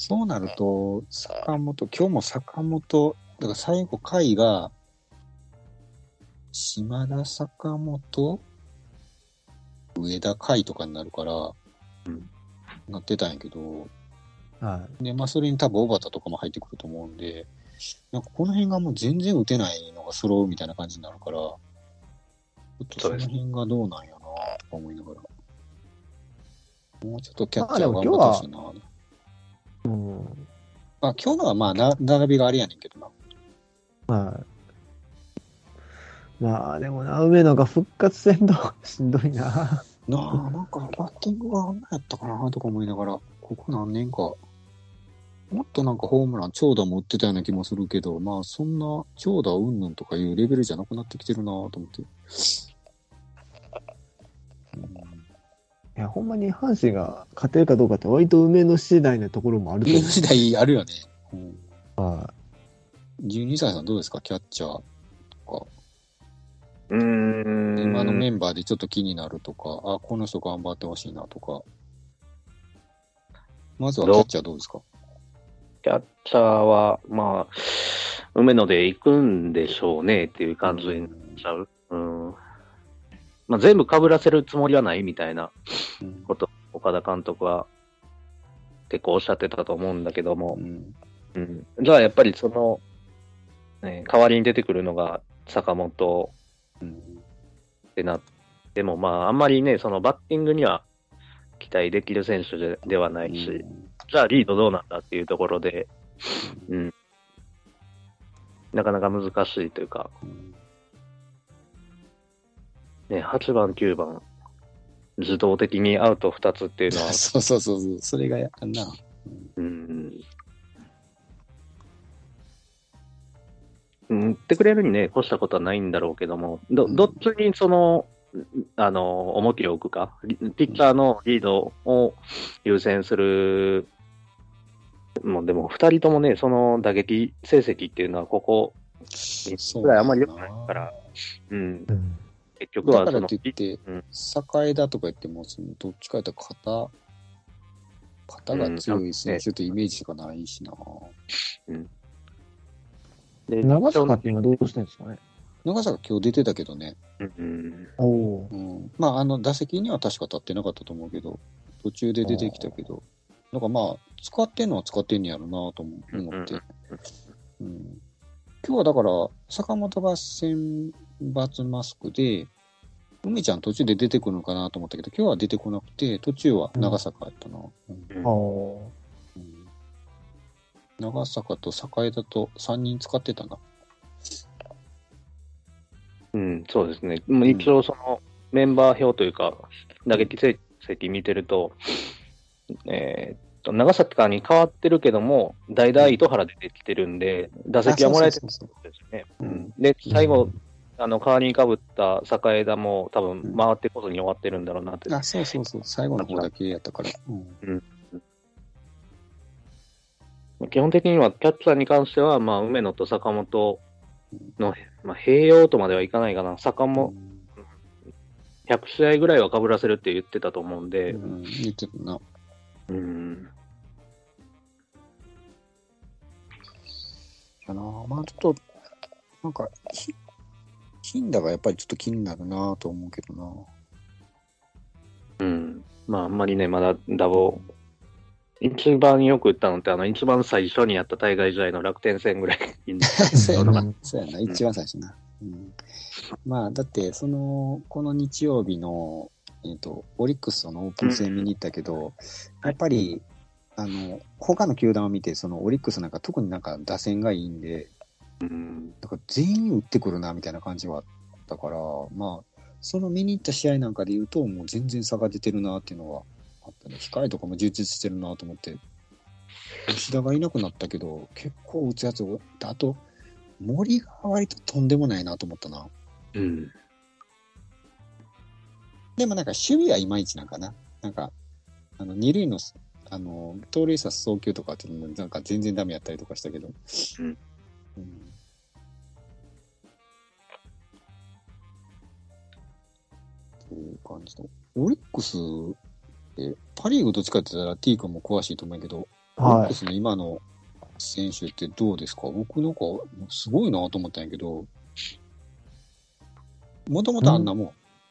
そうなると、今日も坂本、だから最後回が、島田、坂本、上田海とかになるから、 うん、 なってたんやけど、 はで、まあそれに多分小畑とかも入ってくると思うんで、なんかこの辺がもう全然打てないのが揃うみたいな感じになるから、ちょっとその辺がどうなんやなとか思いながら。もうちょっとキャッチャー頑張ってほしいな。 い。うん。 まあ今日のはまあ並びがあれやねんけどな。 はい。まあでもな、梅野が復活戦としんどいな。 なんかバッティングがあんなやったかなとか思いながら、ここ何年か、もっとなんかホームラン、長打も打ってたような気もするけど、まあそんな長打うんぬんとかいうレベルじゃなくなってきてるなと思って。 いや、ほんまに阪神が勝てるかどうかって割と梅野次第なところもあると思う。 ゲーム時代あるよね。 は 12歳さんどうですかキャッチャーとか。 今今のメンバーでちょっと気になるとか、あ、この人頑張ってほしいなとか。まずはキャッチャーどうですかキャッチャーは、まあ、梅野で行くんでしょうねっていう感じになっちゃう。まあ、全部被らせるつもりはないみたいなこと、岡田監督は結構おっしゃってたと思うんだけども、じゃあやっぱりその、代わりに出てくるのが坂本ってなっても、まあ、あんまりね、そのバッティングには期待できる選手ではないし、じゃあリードどうなんだっていうところで、なかなか難しいというか、ね、8番、9番、自動的にアウト2つっていうのは、 そう、それがやかんな。 打ってくれるにね、越したことはないんだろうけども、どっちにその、重きを置くか、ピッチャーのリードを優先する、もうでも2人ともね、その打撃成績っていうのは、ここ、ぐらいあんまり良くないから、結局はだからって言って、栄田とか言っても、どっちかというと肩が強い選手ってイメージしかないしな。 長坂って今どうしてるんですかね。 長坂今日出てたけどね。まあ、打席には確か立ってなかったと思うけど、途中で出てきたけど、なんかまあ、使ってんのは使ってんねやろなと思って。今日はだから、坂本が選抜マスクで、梅ちゃん途中で出てくるのかなと思ったけど、今日は出てこなくて、途中は長坂やったな。長坂と栄田と3人使ってたな。 そうですね。一応そのメンバー表というか、打撃成績見てると、長坂に変わってるけども、代打糸原出てきてるんで、打席はもらえてるんですね。で、最後、代わりに被った栄田も多分回ってこずに終わってるんだろうなって。 そう、最後の方だけやったから。 基本的にはキャッチャーに関しては、まあ、梅野と坂本の、まあ、併用とまではいかないかな。坂本、100試合ぐらいは被らせるって言ってたと思うんで。 言ってたな。まあちょっと、なんか、金田がやっぱりちょっと気になるなと思うけどな。 まああんまりね、まだダボ、一番よく打ったのって、一番最初にやった対外試合の楽天戦ぐらいそうやな、一番最初な。まあ、だって、この日曜日の、オリックスとのオープン戦見に行ったけど、やっぱり、他の球団を見て、オリックスなんか特になんか打線がいいんで、だから全員打ってくるな、みたいな感じはあったから、まあ、その見に行った試合なんかで言うと、もう全然差が出てるなっていうのはあったね。控えとかも充実してるなと思って。吉田がいなくなったけど、結構打つやつを、あと、森が割ととんでもないなと思ったな。でもなんか守備はいまいちなんかな。なんか、二塁の、盗塁刺す送球とかっていうのもなんか全然ダメやったりとかしたけど。そういう感じの。オリックスって、パリーグどっちかって言ったら T 君も詳しいと思うけど、 オリックはスの今の選手ってどうですか？僕なんかすごいなと思ったんやけど、もともとあんなもん。 い。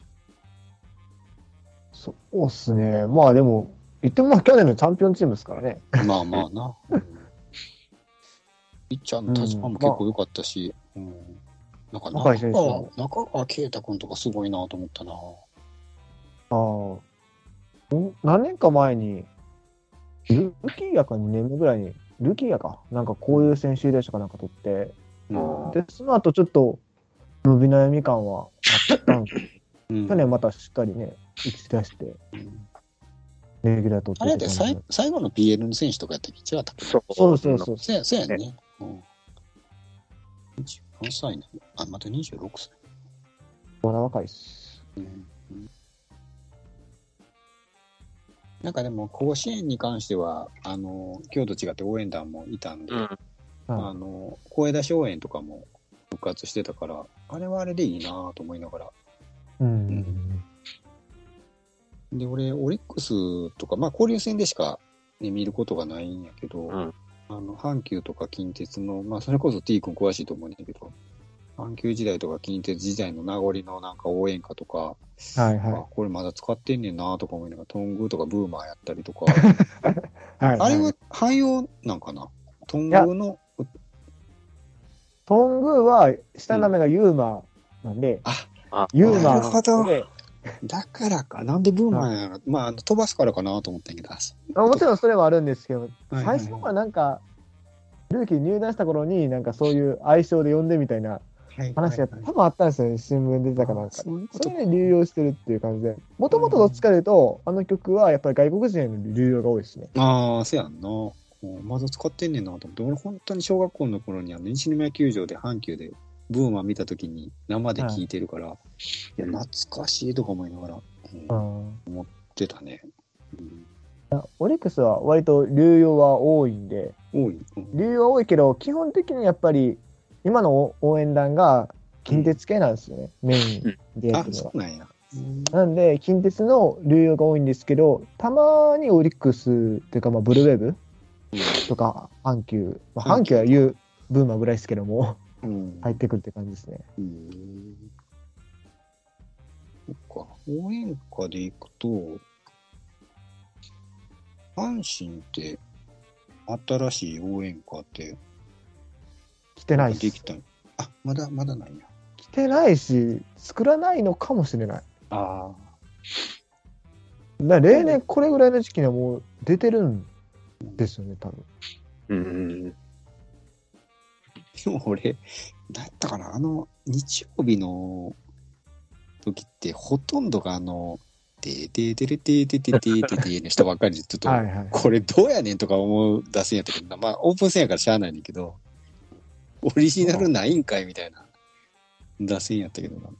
そうっすね。まあでも、言ってもまあ去年のチャンピオンチームですからね。 まあまあな。ピッチャーの立場も結構良かったし、なんか若い選手も中川圭太君とかすごいなと思ったな。 何年か前に、ルーキーやか2年目ぐらいに、ルーキーやか、なんかこういう選手入れしたかなんか取って、で、その後ちょっと伸び悩み感はあったんですけど、去年またしっかりね、打ち出して、レギュラー取ってあれで最後の PL の選手とかやったっけ？違ったっけ？ そう。 そうやね。何歳なの？あ、また26歳。 まだ若いっす。 なんかでも甲子園に関しては今日と違って応援団もいたんで、声出し応援とかも復活してたから、あれはあれでいいなと思いながら。で、俺オリックスとか、まあ交流戦でしか、ね、見ることがないんやけど、阪急とか近鉄の、まあそれこそ T 君詳しいと思うんだけど、阪急時代とか近鉄時代の名残のなんか応援歌とか、これまだ使ってんねんなとか思いながら、トングとかブーマーやったりとか、あれは汎用なんかな？トングの。 トングは下の名前がユーマなんで、ユーマなるほど。だからか。なんでブーマーやろ。まあ、飛ばすからかなと思ったんやけど。 もちろんそれはあるんですけど、最初はなんか、ルーキー入団した頃に、なんかそういう愛称で呼んでみたいな話が多分あったんですよね、新聞出てたかなんか。それで流用してるっていう感じで。もともとどっちかというと、あの曲はやっぱり外国人への流用が多いですね。 ああ、そうやんな。まだ使ってんねんなと思って。俺本当に小学校の頃に西宮球場で阪急でブーマー見た時に生で聞いてるから、いや、懐かしいとか思いながら、思ってたね。 オリックスは割と流用は多いんで、流用は多いけど、基本的にやっぱり今の応援団が近鉄系なんですよね、メインでやってるのが。 そうなんや。 なんで、近鉄の流用が多いんですけど、たまにオリックスっていうか、まあ、ブルーウェーブとか、阪急、阪急は言うブーマーぐらいですけども、入ってくるって感じですね。 そっか、応援歌でいくと、阪神って新しい応援歌って来てないできた。あ、まだないんや。 来てないし、作らないのかもしれない。例年これぐらいの時期にはもう出てるんですよね、多分。 でも俺、だったかな、日曜日の時ってほとんどがてててれてててててての人ばっかりで、ちょっと、これどうやねんとか思う出せんやったけど、まあオープン戦やからしゃあないねんけど、オリジナルないんかいみたいな出せんやったけどな。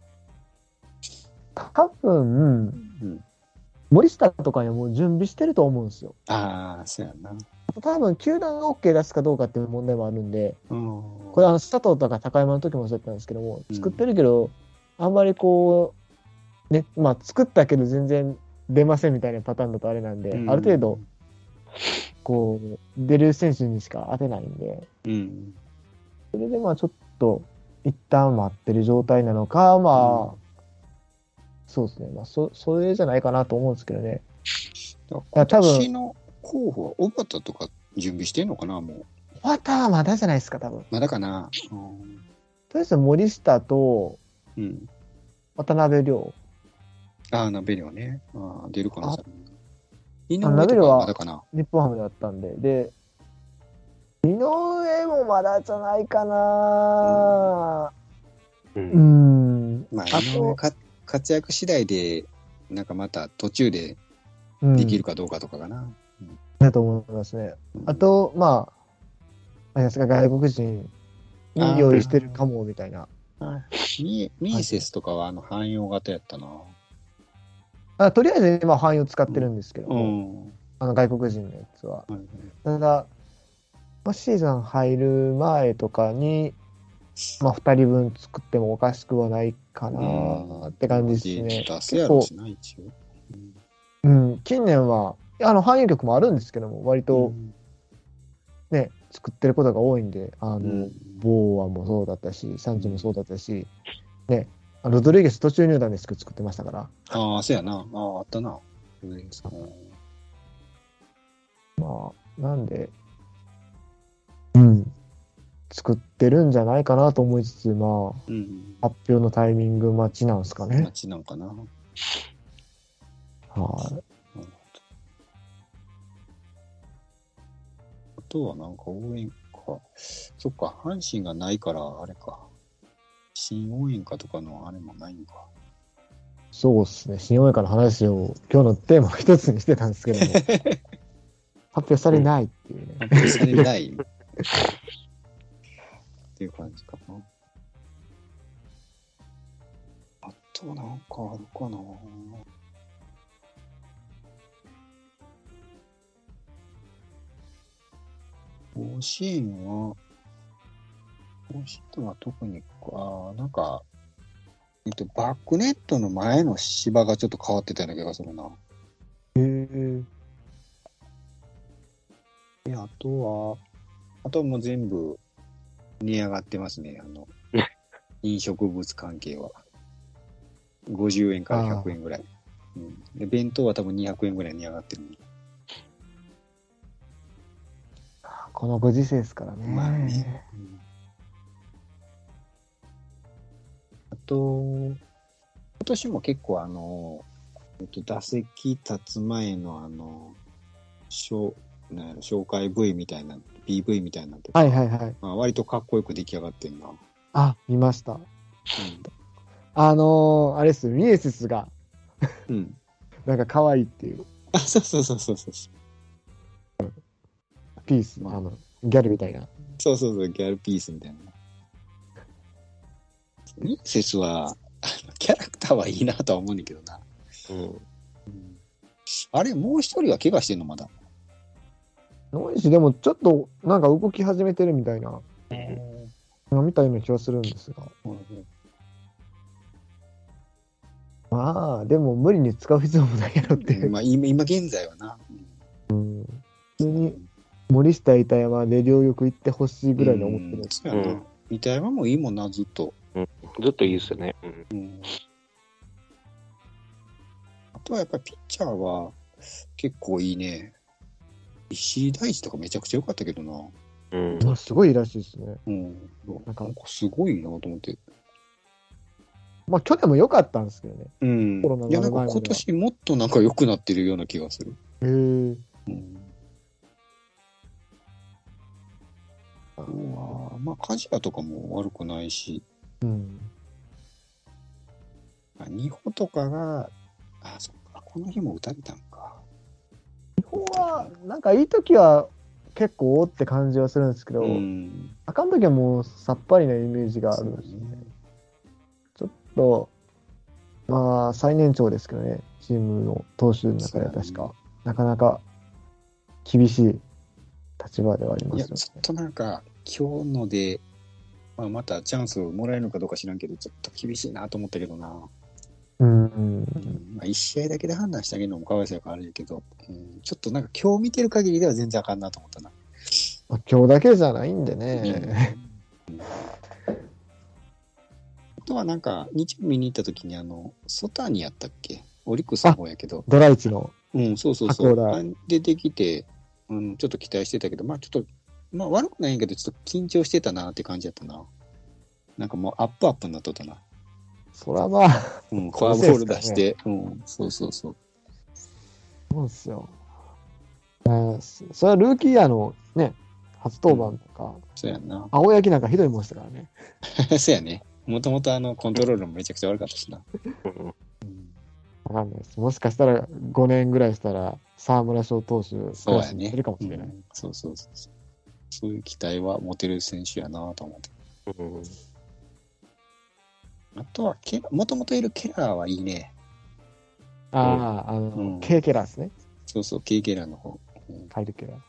多分、森下とかにはもう準備してると思うんですよ。 そうやな。 多分、球団が OK 出すかどうかっていう問題もあるんで、これ佐藤とか高山の時もそうだったんですけども、作ってるけど、あんまりこう、ね、まあ作ったけど全然出ませんみたいなパターンだとあれなんで、ある程度、こう、出る選手にしか当てないんで、それでまあちょっと、一旦待ってる状態なのか、まあ、そうですね、まあそれじゃないかなと思うんですけどね。 今年の候補は小畑とか準備してんのかな、もう。 小畑はまだじゃないですか、多分。 まだかな。 とりあえず森下と、渡辺亮。 鍋亮ね。出るかな。 井上とかはまだかな。日本ハムだったんで。で、井上もまだじゃないかな。 まあ、井上活躍次第で、なんかまた途中でできるかどうかとかかな。 だと思いますね。あと、まあ、外国人に用意してるかも、みたいな。 ミーセスとかは汎用型やったな。 とりあえず今汎用使ってるんですけども、外国人のやつは。ただ、シーズン入る前とかに、まあ、2人分作ってもおかしくはないかなって感じですね。結構、近年は反映曲もあるんですけども、割とね、作ってることが多いんで、ボーアもそうだったし、サンチもそうだったし、ね、ロドリゲス途中入団で作ってましたから。 ああ、そうやな。ああ、あったな。 まあ、なんで、うん、作ってるんじゃないかなと思いつつ、まあ、発表のタイミング待ちなんですかね。 待ちなんかな。 はい。 あとはなんか応援か。そっか、阪神がないから、あれか。新応援歌とかのあれもないのか。 そうですね。新応援歌の話を今日のテーマの一つにしてたんですけども、発表されないっていうね。 発表されないっていう感じかな。あとなんかあるかな。甲子園は特に、なんか、バックネットの前の芝がちょっと変わってたような気がするな。 へえ。 で、あとはもう全部値上がってますね。飲食物関係は。50円から100円ぐらい。で、弁当は多分200円ぐらい値上がってる。 このご時世ですからね。 まあね。あと、今年も結構打席立つ前の紹介 V みたいな、PV みたいなとか、 はいはいはい。 割とかっこよく出来上がってんな。 あ、見ました。あれです、ミエセスが、なんか可愛いっていう。 あ、そう。 ピース、ギャルみたいな。 そう、ギャルピースみたいな。ミエセスは、キャラクターはいいなとは思うんだけどな。あれ、もう一人は怪我してんのまだ。 ノイシでもちょっとなんか動き始めてるみたいな、みたいな気はするんですが。まあ、でも無理に使う必要もないやろっていう。 まあ、今現在はな。 普通に森下板山で両翼行ってほしいぐらいに思ってるんですけど。板山もいいもんな、ずっと。 ずっといいですよね。 あとはやっぱりピッチャーは結構いいね。石井大地とかめちゃくちゃ良かったけどな。 すごいいいらしいですね。 なんかすごいなと思って。 まあ去年も良かったんですけどね。コロナの前いやなんか今年もっとなんか良くなってるような気がする。へえ。まあ梶谷とかも悪くないし。二歩とかが、そっか、この日も打たれたんか。 二歩は、なんかいい時は結構って感じはするんですけど、あかん時はもうさっぱりなイメージがあるんですよね。ちょっと、まあ最年長ですけどね、チームの投手の中では確か、なかなか厳しい立場ではありますよね。 いや、ちょっとなんか、今日ので、またチャンスをもらえるのかどうか知らんけど、ちょっと厳しいなと思ったけどな。1試合だけで判断してあげるのもかわいそうやからあれやけど、ちょっとなんか今日見てる限りでは全然あかんなと思ったな。 今日だけじゃないんでね。 あとはなんか、日曜見に行った時にソタニやったっけオリックスの方やけど。 ドライチの。 そう。出てきて、ちょっと期待してたけど、ちょっと、悪くないんやけど、ちょっと緊張してたなって感じやったな。なんかもうアップになっとったな。 そらまあ、 フォアボール出して、そう。 そうですよ。それはルーキーイヤーのね、初登板とか、 そうやな。 青柳なんかひどいもんしたからね。 そうやね。もともとコントロールもめちゃくちゃ悪かったしな。 わかんないです。もしかしたら5年ぐらいしたら、沢村賞投手、 そうやね。 するかもしれない。 そう。そういう期待は持てる選手やなと思って。あとはもともといるケラーはいいね。 K ケラーですね。 そう、K ケラーの方。 カイルケラ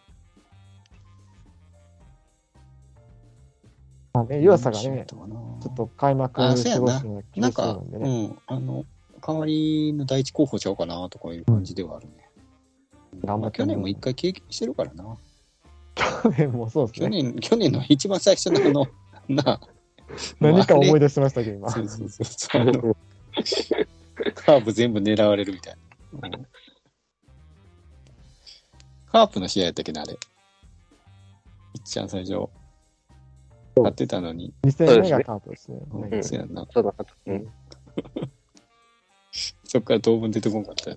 ー。湯浅がね、ちょっと開幕過ごすのが厳しそうなんでね。 代わりの第一候補ちゃうかなとかいう感じではあるね。 頑張って去年も一回経験してるからな。 去年もそうですね。 去年の一番最初の何か思い出しましたけど、今。 そうカープ全部狙われるみたいな。カープの試合やったっけな、あれ。一番最初。勝ってたのに。 2戦目がカープですね。 そうやんな。 そうだな。 そっから当分出てこんかったよ。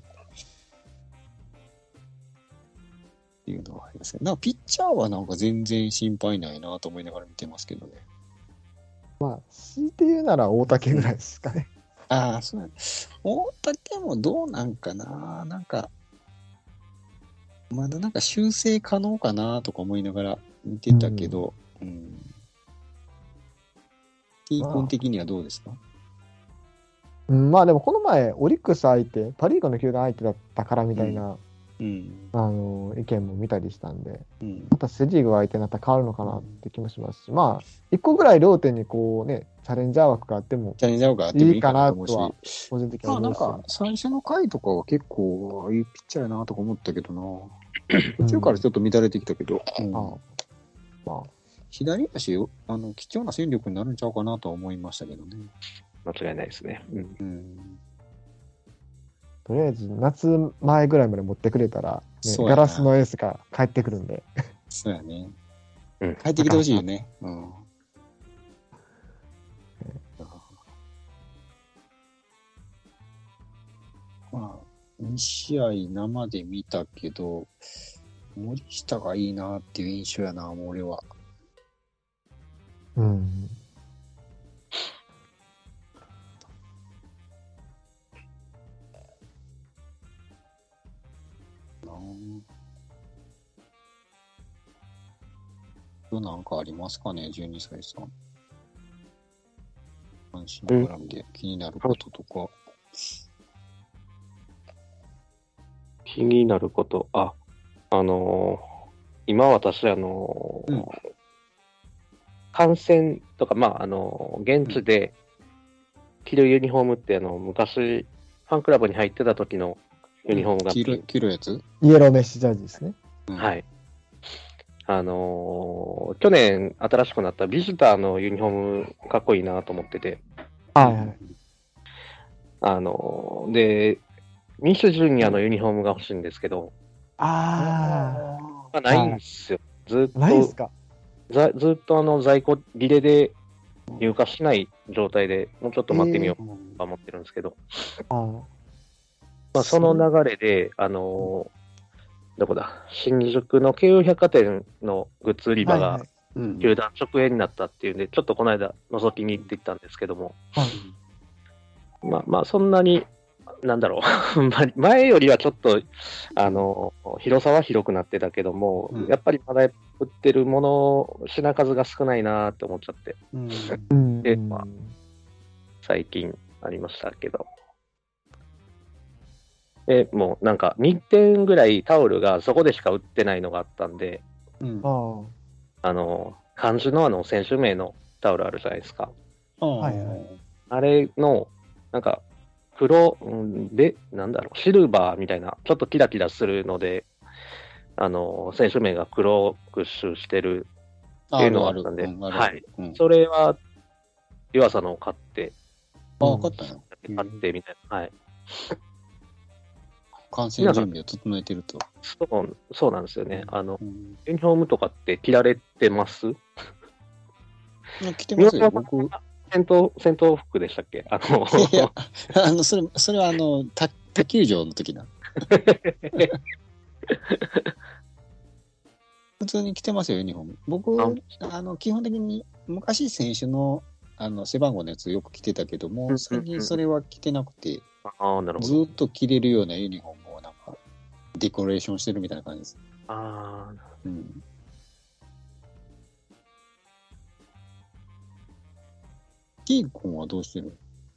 っていうのはありますけど、なんかピッチャーはなんか全然心配ないなと思いながら見てますけどね。 まあ、強いて言うなら大竹ぐらいですかね。 ああ、そうやね。大竹もどうなんかな、なんか、まだなんか修正可能かなとか思いながら見てたけど、T 君的にはどうですか？ まあでもこの前、オリックス相手、パ・リーグの球団相手だったからみたいな、意見も見たりしたんで、またセ・リーグが相手になったら変わるのかなって気もしますし、まあ、一個ぐらい両点にこうね、チャレンジャー枠があってもいいかなとは、個人的には思います。 なんか、最初の回とかは結構いいピッチャーやなとか思ったけどな。途中からちょっと乱れてきたけど、まあ、左足、貴重な戦力になるんちゃうかなとは思いましたけどね。 間違いないですね。 とりあえず夏前ぐらいまで持ってくれたら、ガラスのエースが帰ってくるんで。 そうやね。帰ってきてほしいよね。まあ、2試合生で見たけど、森下がいいなっていう印象やな、もう俺は。なんかありますかね、12歳さん。阪神から見て気になることとか。 気になること、今私、観戦とか、現地で着るユニフォームって、昔、ファンクラブに入ってた時のユニフォームが着るやつ？ イエローメッシュジャージですね。 はい。去年新しくなったビジターのユニフォームかっこいいなと思ってて。で、ミス・ジュニアのユニフォームが欲しいんですけど。ないんですよ。ずっと。 ないですか？ ずっと在庫切れで入荷しない状態で、もうちょっと待ってみようと思ってるんですけど。その流れで、どこだ、新宿の京王百貨店のグッズ売り場が球団直営になったっていうんで、ちょっとこの間覗きに行ってきたんですけども、そんなに、なんだろう、前よりはちょっと、広さは広くなってたけども、やっぱりまだ売ってるもの、品数が少ないなって思っちゃって、で、最近ありましたけど。もうなんか2点ぐらいタオルがそこでしか売ってないのがあったんで、漢字の選手名のタオルあるじゃないですか。あれの、なんか、黒、で、なんだろう、シルバーみたいな、ちょっとキラキラするので、選手名が黒くしてるっていうのがあったんで、それは、湯浅のを買って、 買ったの？ 買ってみたいな、 観戦準備を整えてると。 そうなんですよね。ユニフォームとかって着られてます？ 着てますよ、僕。 戦闘服でしたっけ？ いや、それは他球場の時な。普通に着てますよ、ユニフォーム。僕、基本的に昔選手の、背番号のやつよく着てたけども、最近それは着てなくて、ずっと着れるようなユニフォームをなんか、デコレーションしてるみたいな感じです。T 君はどうしてる？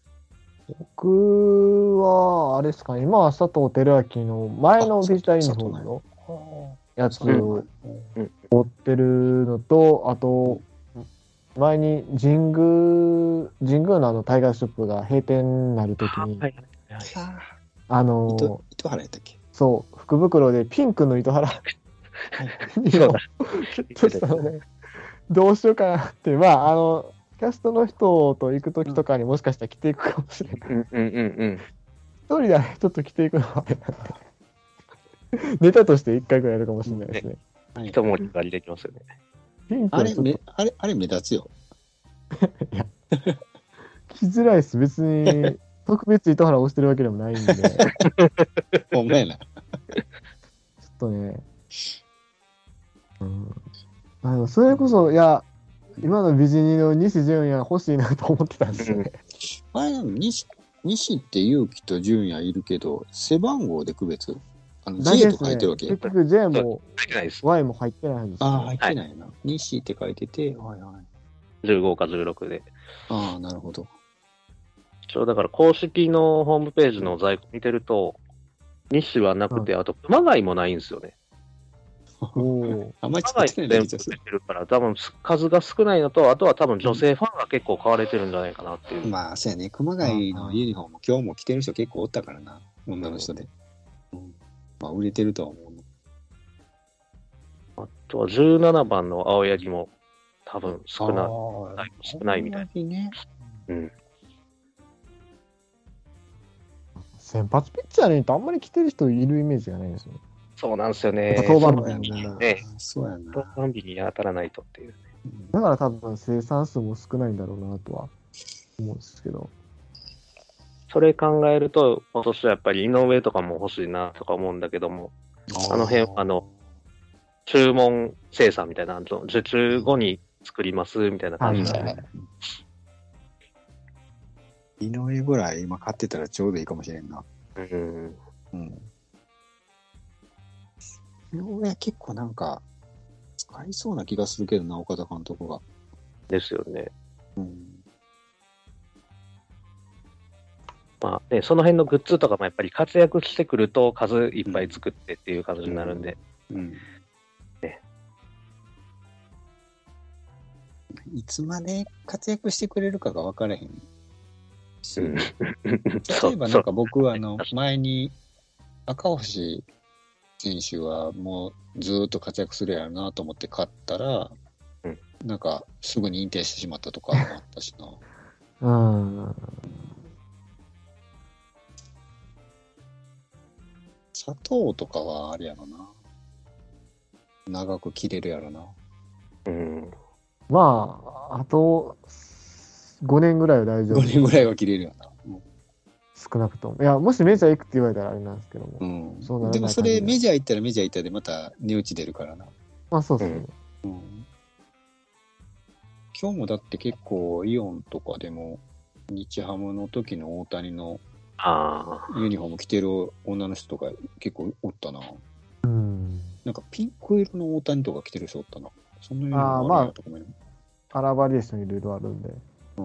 僕は、あれですかね、今は佐藤輝明の前のビジターユニフォームのやつを持ってるのと、あと、前に神宮のタイガーショップが閉店になるときに、 糸原やったっけ？ そう、福袋でピンクの糸原にもちょっとしたのね、どうしようかなって、まあ、キャストの人と行くときとかにもしかしたら着ていくかもしれない。一人でちょっと着ていくのはあれなんで、ネタとして一回くらいやるかもしれないですね。 一盛り狩りできますよね。 ピンクあれ目立つよ。 いや、着づらいです。別に、特別糸原を押してるわけでもないんで。 ほんまやな。 ちょっとね、それこそ、いや、今の美人の西純也欲しいなと思ってたんですよね。 あれ、西って勇気と純也いるけど、背番号で区別J とか入ってるわけ。 結局 J も入ってないです。 Y も入ってないんですよ。 ああ、入ってないな。西って書いてて、はいはい。 15か16で。 ああ、なるほど。 だから公式のホームページの在庫見てると、西はなくて、あと熊谷もないんですよね。 あんまり熊谷全部出てるから、多分数が少ないのと、あとは多分女性ファンが結構買われてるんじゃないかなっていう。 まあ、そうやね。熊谷のユニフォーム、今日も着てる人結構おったからな。女の人で。まあ、売れてるとは思う。 あとは17番の青柳も多分少ないみたい。 ね。 先発ピッチャーにとあんまり来てる人いるイメージがないですよね。 そうなんですよね。 登板日にそうやな。 登板日に当たらないとっていう。 だから多分生産数も少ないんだろうなとは思うんですけど。 それ考えると、今年はやっぱり井上とかも欲しいなとか思うんだけども、あの辺、注文生産みたいな、受注後に作りますみたいな感じで。 井上ぐらい今買ってたらちょうどいいかもしれんな。井上結構なんか使いそうな気がするけどな、岡田監督が。 ですよね。まあね、その辺のグッズとかもやっぱり活躍してくると数いっぱい作ってっていう感じになるんで。 いつまで活躍してくれるかが分からへん。例えばなんか僕は前に赤星選手はもうずっと活躍するやろなと思って買ったら、なんかすぐに引退してしまったとかもあったしな。佐藤とかはあれやろな。長く切れるやろな。 まあ、あと5年ぐらいは大丈夫。 5年ぐらいは切れるよな。 少なくとも。いや、もしメジャー行くって言われたらあれなんですけども。 そうならない。でもそれメジャー行ったらメジャー行ったでまた値打ち出るからな。 まあそうですね。 今日もだって結構イオンとかでも日ハムの時の大谷のユニフォーム着てる女の人とか結構おったな。なんかピンク色の大谷とか着てる人おったな。そんなユニフォームあるとかもいる。 カラーバリエーションいろいろあるんで。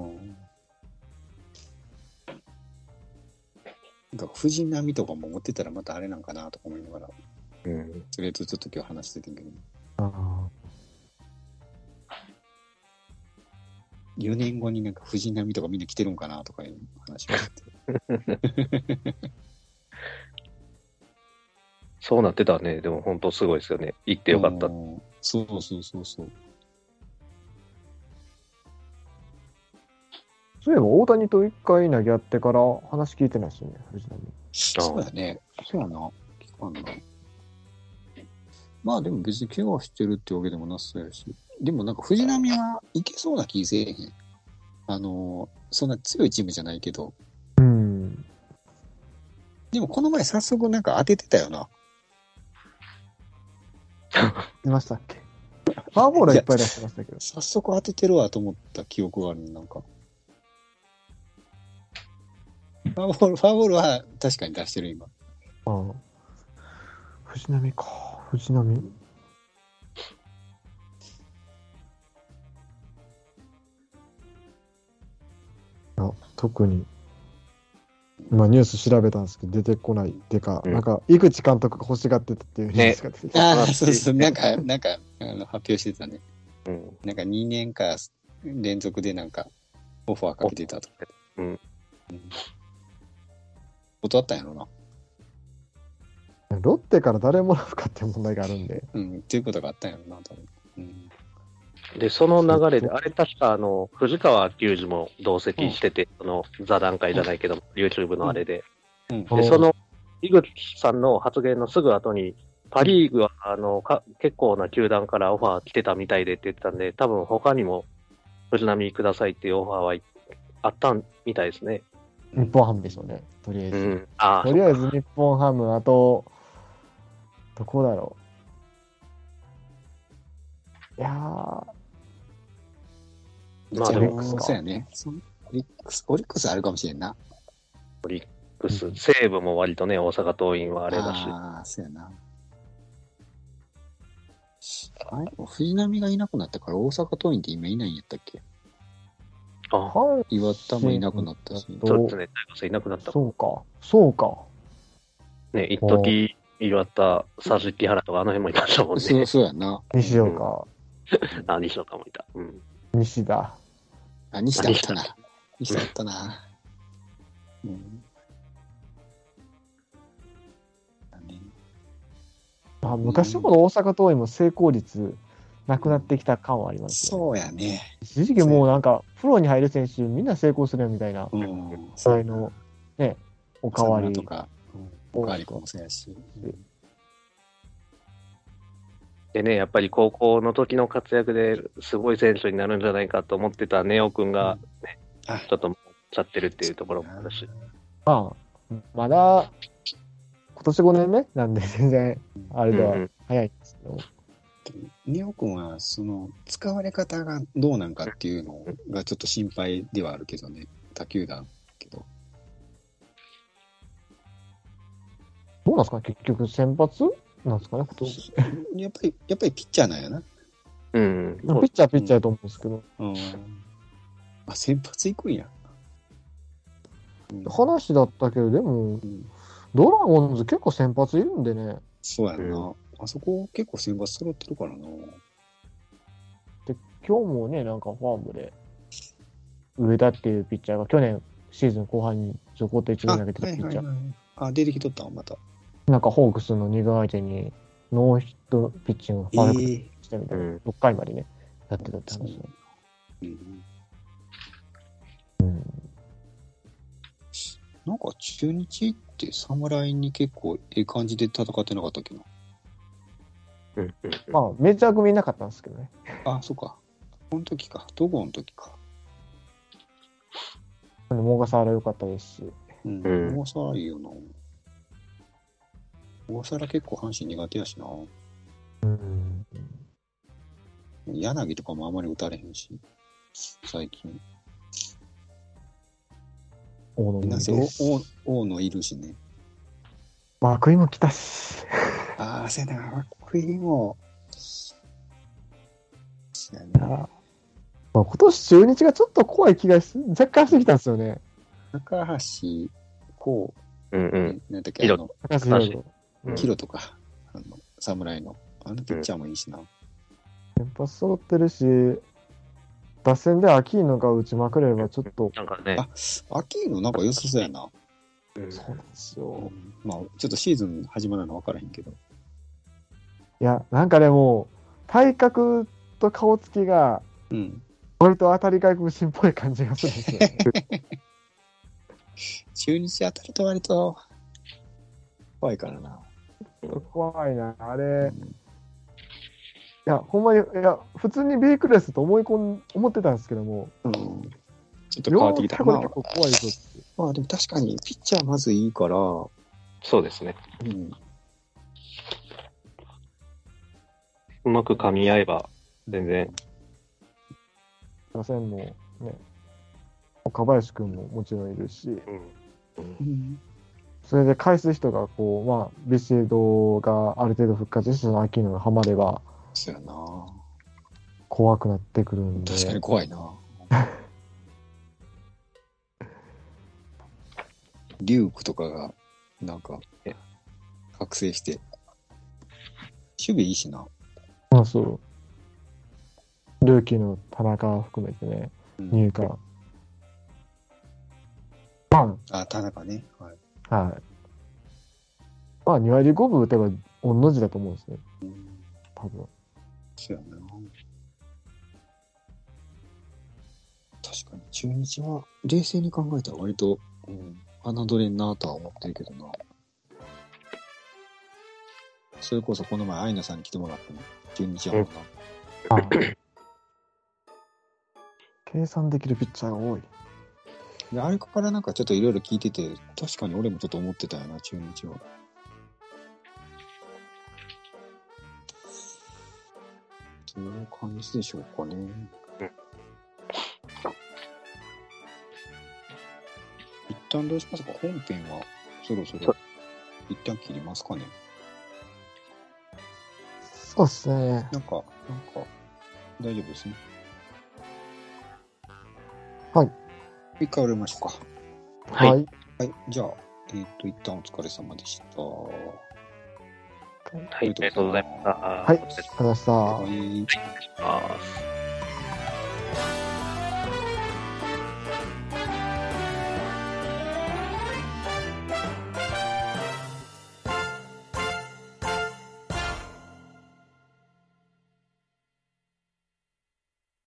なんか藤波とかも持ってたらまたあれなんかなとか思いながら。それとちょっと今日話しててんけど。4年後になんか藤波とかみんな来てるんかなとかいう話があって。 そうなってたね。でも本当すごいですよね。行ってよかった。 そう。 そういえば大谷と一回投げ合ってから話聞いてないですよね、藤波。 そうやね。そうやな。聞かんな。まあでも別に怪我してるってわけでもなさそうやし。でもなんか藤波はいけそうな気せえへん。そんな強いチームじゃないけど。でもこの前早速なんか当ててたよな。 いましたっけ？ファーボールはいっぱい出してましたけど。 早速当ててるわと思った記憶があるなんか。ファーボールは確かに出してる今。 藤波か。藤波。特に今ニュース調べたんですけど出てこないっていうか、なんか井口監督が欲しがってたっていうニュースが出てきた。 そうなんか発表してたね。なんか2年か連続でなんかオファーかけてたとか。断ったんやろな。 ロッテから誰もらうかって問題があるんで。 っていうことがあったんやろな、多分。 で、その流れで、あれ確か藤川球児も同席してて、その座談会じゃないけど、YouTube のあれで。で、その、井口さんの発言のすぐ後に、パリーグは、結構な球団からオファー来てたみたいでって言ってたんで、多分他にも藤浪くださいっていうオファーはあったみたいですね。 日本ハムでしょうね、とりあえず。とりあえず日本ハム、あと、どこだろう。いやー、 まあオリックスか。そうやね。オリックスあるかもしれんな。 オリックス、西武も割とね、大阪桐蔭はあれだし。 ああ、そうやな。あれ藤浪がいなくなったから大阪桐蔭って今いないんやったっけ？岩田もいなくなったし。 そうですね、大学いなくなった。 そうか。 ね、一時岩田、佐々木原とかあの辺もいましたもんね。 そうやな。 西岡。 西岡もいた。 西田。 西田あったな。西田あったな。 昔ほど大阪桐蔭も成功率なくなってきた感はありますね。そうやね。 一時期もうなんか、プロに入る選手みんな成功するみたいな、それの、ね、おかわりとか、おかわりもそうやし。 でね、やっぱり高校の時の活躍ですごい選手になるんじゃないかと思ってたネオ君が、ね、ちょっともっちゃってるっていうところもあるし。 まだ、今年5年目なんで全然、あれでは早いんですけど。 ネオ君は、使われ方がどうなんかっていうのがちょっと心配ではあるけどね、他球団けど。 どうなんですかね、結局先発なんですかね、今年。 やっぱりピッチャーなんやな。 ピッチャーだと思うんですけど。 先発行くんや。 話だったけど、でも、ドラゴンズ結構先発いるんでね。 そうやんな。あそこ結構選抜揃ってるからな。 で、今日もね、なんかファームで、上田っていうピッチャーが去年シーズン後半にちょこっと一軍投げてたピッチャー。 出てきとったわ、また。 なんかホークスの2軍相手にノーヒットピッチングをファールしたみたいな、6回までね、やってたって話だ。 なんか中日って侍に結構いい感じで戦ってなかったっけな。 メジャー組いなかったんですけどね。 そうか。この時か。戸郷の時か。 小笠原良かったですし。 小笠原いいよな。小笠原結構阪神苦手やしな。柳とかもあまり打たれへんし、最近。大野いるしね。 涌井も来たし。 そうやな、涌井も。 今年中日がちょっと怖い気が若干してきたんですよね。 高橋こう、なんだっけ、 高橋ヒロとか、侍の、ピッチャーもいいしな。 先発揃ってるし、打線でアキーノが打ちまくればちょっと。 なんかね。 アキーノなんか良さそうやな。 そうなんですよ。 ちょっとシーズン始まるの分からへんけど。 いや、なんかでも、体格と顔つきが、割と当たり外国人っぽい感じがするんですよね。 中日当たると割と怖いからな。 怖いな、あれ。いや、ほんまに、普通に B クラスと思ってたんですけども。 ちょっと変わってきた。 これ結構怖いぞって。 でも確かに、ピッチャーまずいいから。 そうですね。うまく噛み合えば、全然。 打線もね、岡林君ももちろんいるし、それで返す人がビシエドがある程度復活して、アキーノがハマれば、 そうやな。 怖くなってくるんで。 確かに怖いな。リュークとかが、なんか、覚醒して、守備いいしな。 そう。ルーキーの田中含めてね、入荷。 田中ね。 はい。 まあ2割5分打てば御の字だと思うんですね。多分。 そうやな。確かに中日は冷静に考えたら割と、侮れんなとは思ってるけどな。それこそこの前アイナさんに来てもらったの。中日はもんな。 計算できるピッチャーが多い。 であれからなんかちょっといろいろ聞いてて、確かに俺もちょっと思ってたよな、中日は。どういう感じでしょうかね。一旦どうしますか？本編はそろそろ一旦切りますかね。 そうっすね。 なんか、大丈夫ですね。 はい。 一回終わりましょうか。 はい。 はい。じゃあ、一旦お疲れ様でした。 はい、ありがとうございました。 はい、ありがとうございました。 はい。 お願いします。